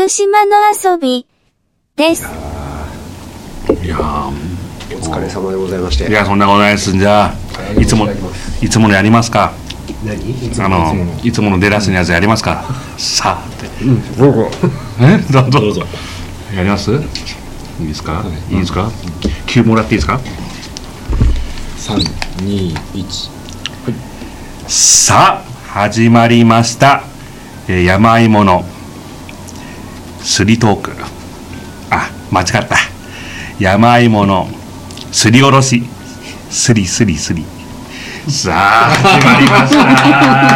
島の遊びです。 いやお疲れ様でございまして。 いやそんなことないです。じゃあいつものやりますか。 何？ いつもの出だしのやつやりますか。さあって。 どうぞ。 どうぞ。やります？いいですか？いいですか？9もらっていいですか？3、2、1。はい。さあ始まりました。山芋のすりトーク。あ、間違った。山芋のすりおろし。すり。さあ始まりました。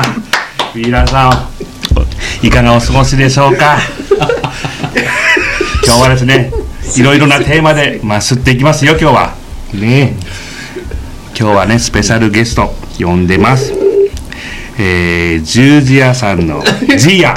皆さんいかがお過ごしでしょうか。今日はですね、いろいろなテーマで吸っていきますよ。今日はね、スペシャルゲスト呼んでます。十字屋さんのジヤ。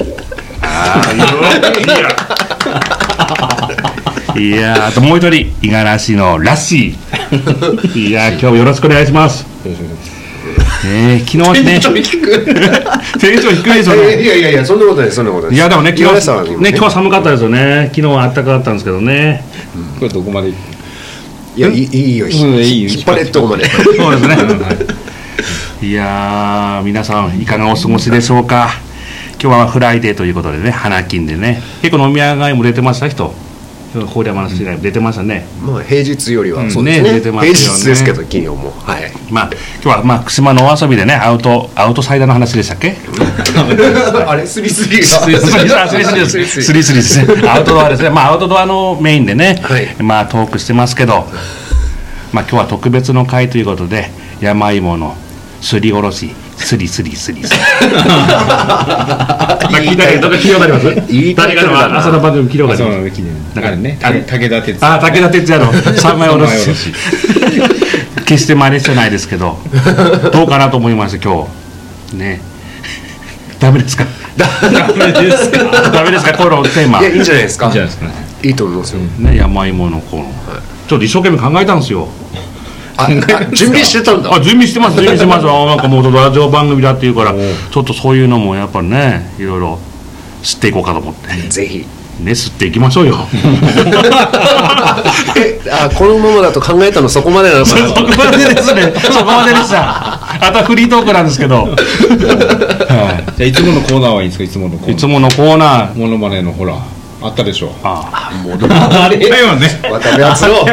いや、あともう一人五十嵐のラッシー。いや、今日よろしくお願いします。昨日ね、テンション低いですよね。 いやそんなことないそんなことない。 いやでもね、今日は寒かったですよね。昨日は暖かかったんですけどね。 これどこまで？ いやいいよ。引っ張れっとこまで。 そうですね。いやー、皆さんいかがお過ごしでしょうか。今日はフライデーということでね、花金でね、結構飲み屋街も出てました人。郡山の市内も出てましたね。 まあ平日よりはそうですね。 出てますよね。 平日ですけど昨日も。はい。 まあ今日は串間のお遊びでね、アウトサイダーの話でしたっけ？ あれスリですね。 アウトドアですね。アウトドアのメインでね、トークしてますけど、今日は特別の会ということで山芋のすりおろし。スリ聞いたけど聞いたことあります？誰かの朝の番組聞いたことあります？ だからね、武田鉄矢の三枚おろし。決して真似してないですけど、どうかなと思いました今日ね。ダメですか？ダメですか？このテーマ。 いやいいんじゃないですか？いいと思いますよ。 ね、山芋のこのちょっと一生懸命考えたんですよ。 準備してたんだ。 準備してます。なんかもうラジオ番組だっていうからちょっとそういうのもやっぱりね、いろいろ知っていこうかと思って。 ぜひね、知っていきましょうよ。 このままだと考えたのそこまでなのかな。 そこまでですね。そこまででした。あとはフリートークなんですけど。 じゃあいつものコーナーはいいんですか？いつものコーナー。モノマネのほらあったでしょ。 あれだよね。 渡部篤郎。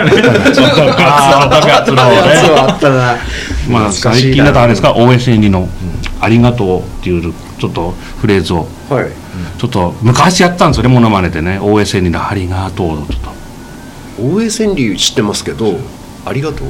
あったな。 最近だとあれですか、OSN のありがとうっていうちょっとフレーズをちょっと昔やったんですよね、モノマネでね。 OSN のありがとう。ちょっと OSN 知ってますけど、ありがとう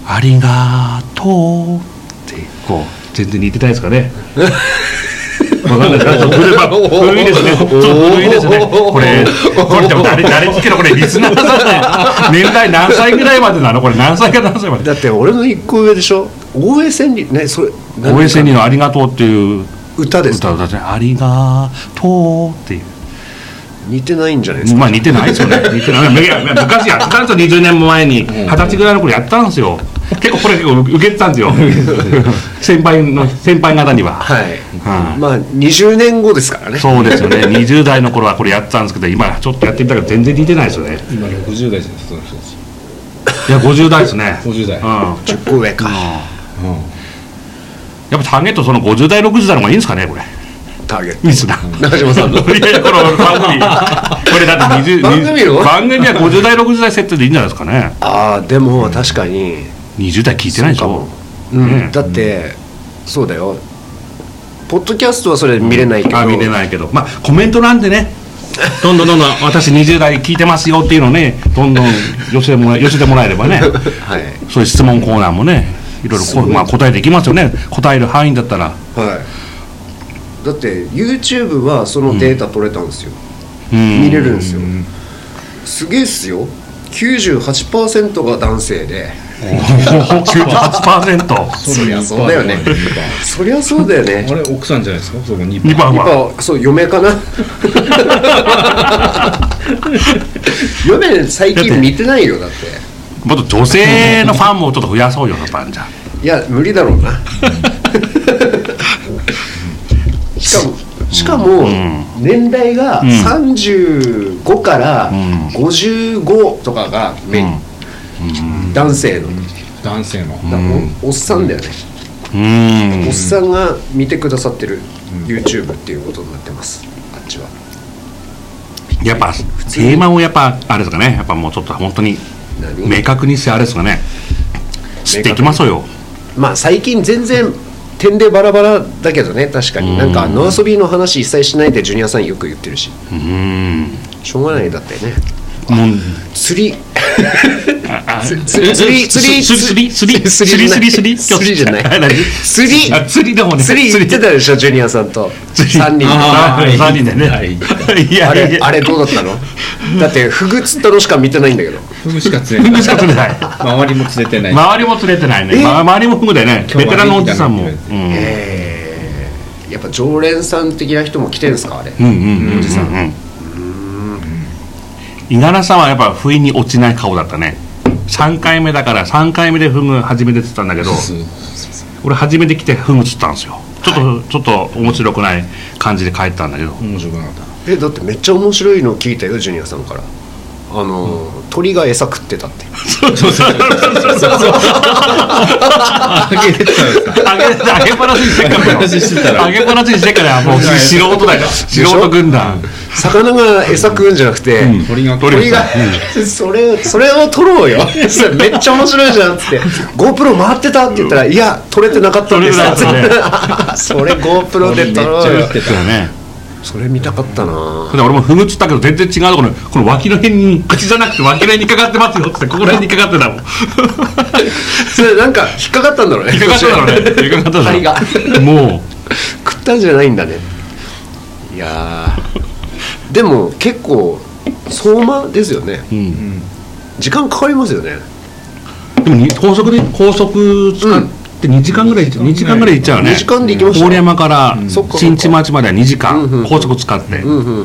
ってこう全然似てないですかね。わかんないですか？古いですね。古いですね。これでも誰つけろ、これリスナーさんね。年代何歳ぐらいまでなの？これ何歳から何歳まで？ だって俺の1個上でしょ。OSN ね、それ OSN のありがとうっていう歌ですか？ 歌だね。ありがとうっていう。 似てないんじゃないですか？ 似てないですよね。昔やってたんですよ。20年も前に20歳ぐらいの頃やったんですよ。結構受けてたんですよ。先輩方には。 はい。20年後ですからね。 そうですよね。20代の頃はこれやってたんですけど、今ちょっとやってみたけど全然似てないですよね。 今60代ですね、その人たち。 いや50代ですね。 50代。 10個上か。 やっぱターゲットその50代60代の方がいいんですかね、これ。 ターゲット。 ミスだ。 中島さんの。 いやこの番組。これだって番組は50代60代設定でいいんじゃないですかね。 でも確かに。 20代聞いてないでしょ。 だってそうだよ。ポッドキャストはそれ見れないけど。 見れないけど、コメントなんでね。どんどん私20代聞いてますよっていうのをね、どんどん寄せてもらえればね。そういう質問コーナーもね、いろいろ答えていきますよね。答える範囲だったら。 だって YouTube はそのデータ取れたんですよ。見れるんですよ。すげえっすよ。98% が男性で。 98%。 そりゃそうだよね。そりゃそうだよね。 あれ奥さんじゃないですか？そこ2%。 2%はそう嫁かな。嫁最近見てないよ。だってもっと女性のファンもちょっと増やそうよ、パンじゃ。 いや無理だろうな。しかもしかも年代が35から55とかがメイン、男性のおっさんだよね。おっさんが見てくださってる YouTube っていうことになってます。あっちはやっぱテーマをやっぱあれですかね、やっぱもうちょっと本当に明確にしてあれですかね、知っていきましょうよ。 まあ最近全然点でバラバラだけどね、確かになんか野遊びの話一切しないでジュニアさんよく言ってるし、しょうがないだってね。釣り釣りじゃない釣りでもね、釣り行ってたでしょジュニアさんと3人でね。あれどうだったの？だってフグ釣ったのしか見てないんだけど。 フグしか釣れない。周りも釣れてない。 周りも釣れてないね。周りもフグでね、ベテランのおじさんも。 やっぱ常連さん的な人も来てるんですかあれ？おじさん。 五十嵐さんはやっぱ不意に落ちない顔だったね。3回目だから3回目でフグ初めて釣ったんだけど、俺初めて来てフグ釣ったんですよ。ちょっと面白くない感じで帰ったんだけど。 面白くなかった。 だってめっちゃ面白いの聞いたよジュニアさんから。鳥が餌食ってたって。そう揚げっぱなしにしてからもう素人だよ。素人軍団。 魚が餌食うんじゃなくて、鳥がそれを取ろうよ。それめっちゃ面白いじゃんっつって GoPro 回ってたって言ったら、いや取れてなかったんですそれ GoPro で撮ろうよ。それ見たかったな。 俺もフグ釣ったけど全然違うところ、この脇の辺に、口じゃなくて脇の辺にかかってますよってここら辺にかかってたもん。 それなんか引っかかったんだろうね。 引っかかったんだろうね。 針がもう食ったんじゃないんだね。いやでも結構相馬ですよね。時間かかりますよね。 でも高速使って2時間ぐらい行っちゃうよね。 2時間で行きました。 郡山から新地町までは2時間高速使って、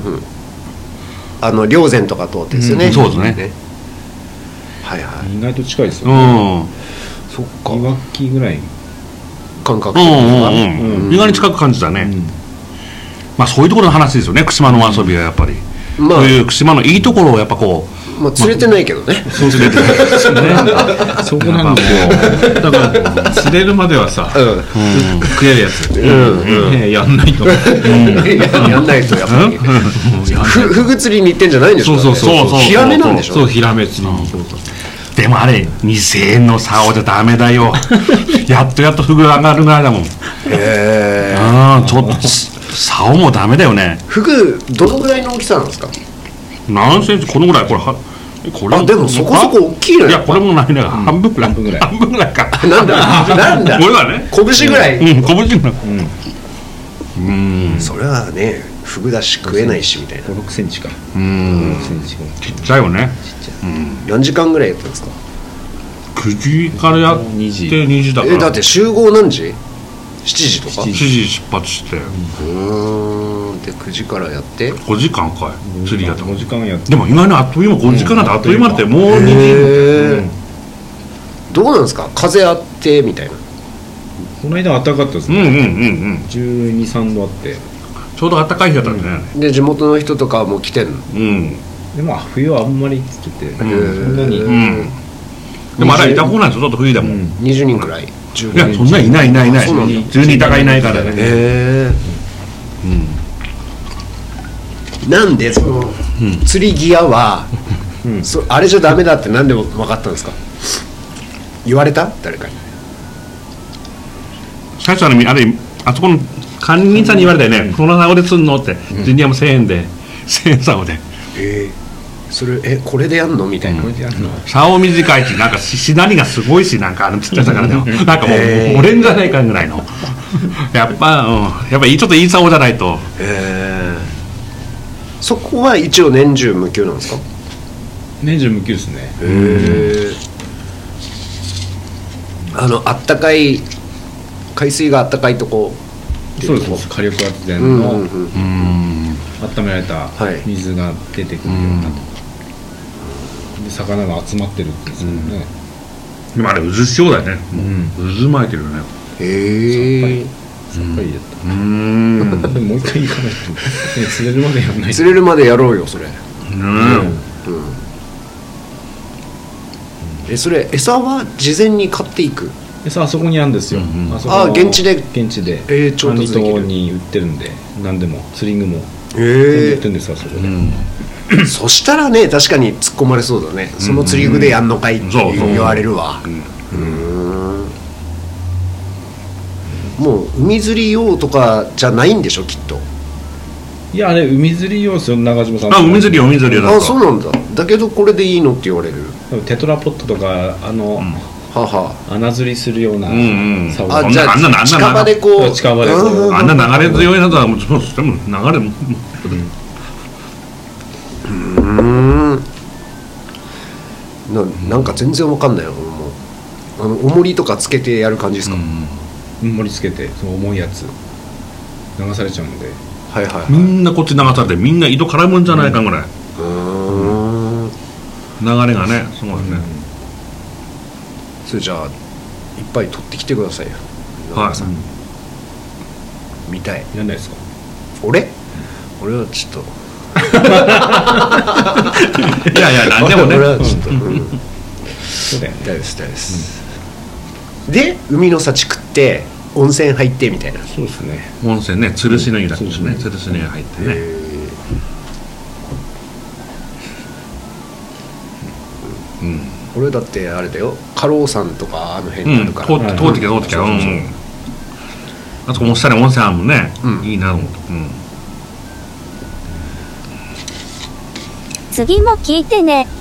霊山とか通ってですよね。 そうですね。 はいはい。意外と近いですよね。 そっか。 いわきぐらい感覚。 意外に近く感じたね。まあそういうところの話ですよね。串間の遊びはやっぱり。そういう串間のいいところをやっぱこう。 釣れてないけどね。 そう釣れてない。そこなんだよ。だから釣れるまではさ、食えるやつ。やんないと。やんないとやっぱり。フグ釣りに行ってんじゃないんでしょ。 そう。 ヒラメなんでしょ。 そうヒラメ釣りに。 でもあれ2000円の竿じゃダメだよ。やっとフグ上がるぐらいだもん。ちょっと竿もダメだよね。 フグどのぐらいの大きさなんですか？ 何センチ？このぐらい。これでもそこそこ大きいのよ。 いやこれもないね。半分ぐらいか。 なんだこれはね拳ぐらい。 拳ぐらい。 それはねフグだし食えないしみたいな。 5、6センチか。 ちっちゃいよね。 何時間ぐらいやったんですか ？9時からやって2時だから。 だって集合何時？7時とか ？7時出発してで9時からやって 5時間かい釣りやった。 5時間やって。 でも意外にあっという間5時間なんてあっという間ってもう2時。 どうなんですか風あってみたいな。 この間暖かかったですね。12、3度あってちょうど暖かい日だったんだね。 で地元の人とかも来てんの。 でも冬はあんまりって言ってそんなに。 でもまだいた方なんですよ。ちょっと冬でも 20人くらい。 いやそんないない10人いたかいないからね。 なんでその釣りギアはあれじゃダメだってなんで分かったんですか？言われた？誰かに。 最初はねあそこの管理人さんに言われたよね。この竿で釣んのって。ジュニアも1000円で1000円竿で。 それこれでやんのみたいな。 竿短いしなんかしなりがすごいしなんかちっちゃい魚でもなんかもう折れんじゃないかぐらいの。やっぱちょっといい竿じゃないと。 そこは一応年中無休なんですか？ 年中無休ですね。 あったかい海水があったかいとこ。 そうです。火力発電の温められた水が出てくるようなとこで魚が集まってるんですよね。 でもあれ渦潮だよね。渦巻いてるよね。 さっぱりだった。 うん。 でももう一回行かないと釣れるまでやんない。 釣れるまでやろうよそれ。それ餌は事前に買っていく？ 餌あそこにあるんですよ。 現地で調達できる。に売ってるんで、何でも釣り具も売ってるんですあそこで。 そしたらね、確かに突っ込まれそうだね。その釣り具でやんのかいって言われるわ。もう海釣り用とかじゃないんでしょきっと。 いやあれ海釣り用ですよ、中島さん。 海釣り用だ。 あ、そうなんだ。だけどこれでいいのって言われる。 テトラポットとか穴釣りするような竿。じゃあ近場でこうあんな流れ強いなとはもちろんでも流れも。 なんか全然わかんないよ。重りとかつけてやる感じですか？ 重りつけて、その重いやつ流されちゃうんで。 みんなこっち流されて、みんな糸絡むんじゃないかぐらい。流れがね、すごいね。 それじゃあいっぱい取ってきてくださいよ。見たい。 やんないですか？ 俺はちょっといや何でもね。 俺はちょっと大です。で海の幸食って温泉入ってみたいな。 そうですね。 温泉ね、吊るしの湯だったですね。吊るしの湯入ってね。 俺だってあれだよ、家老山とかあの辺にあるから。 通ってきゃ。あそこも下に温泉あるもんね。いいなと思って。 次も聞いてね。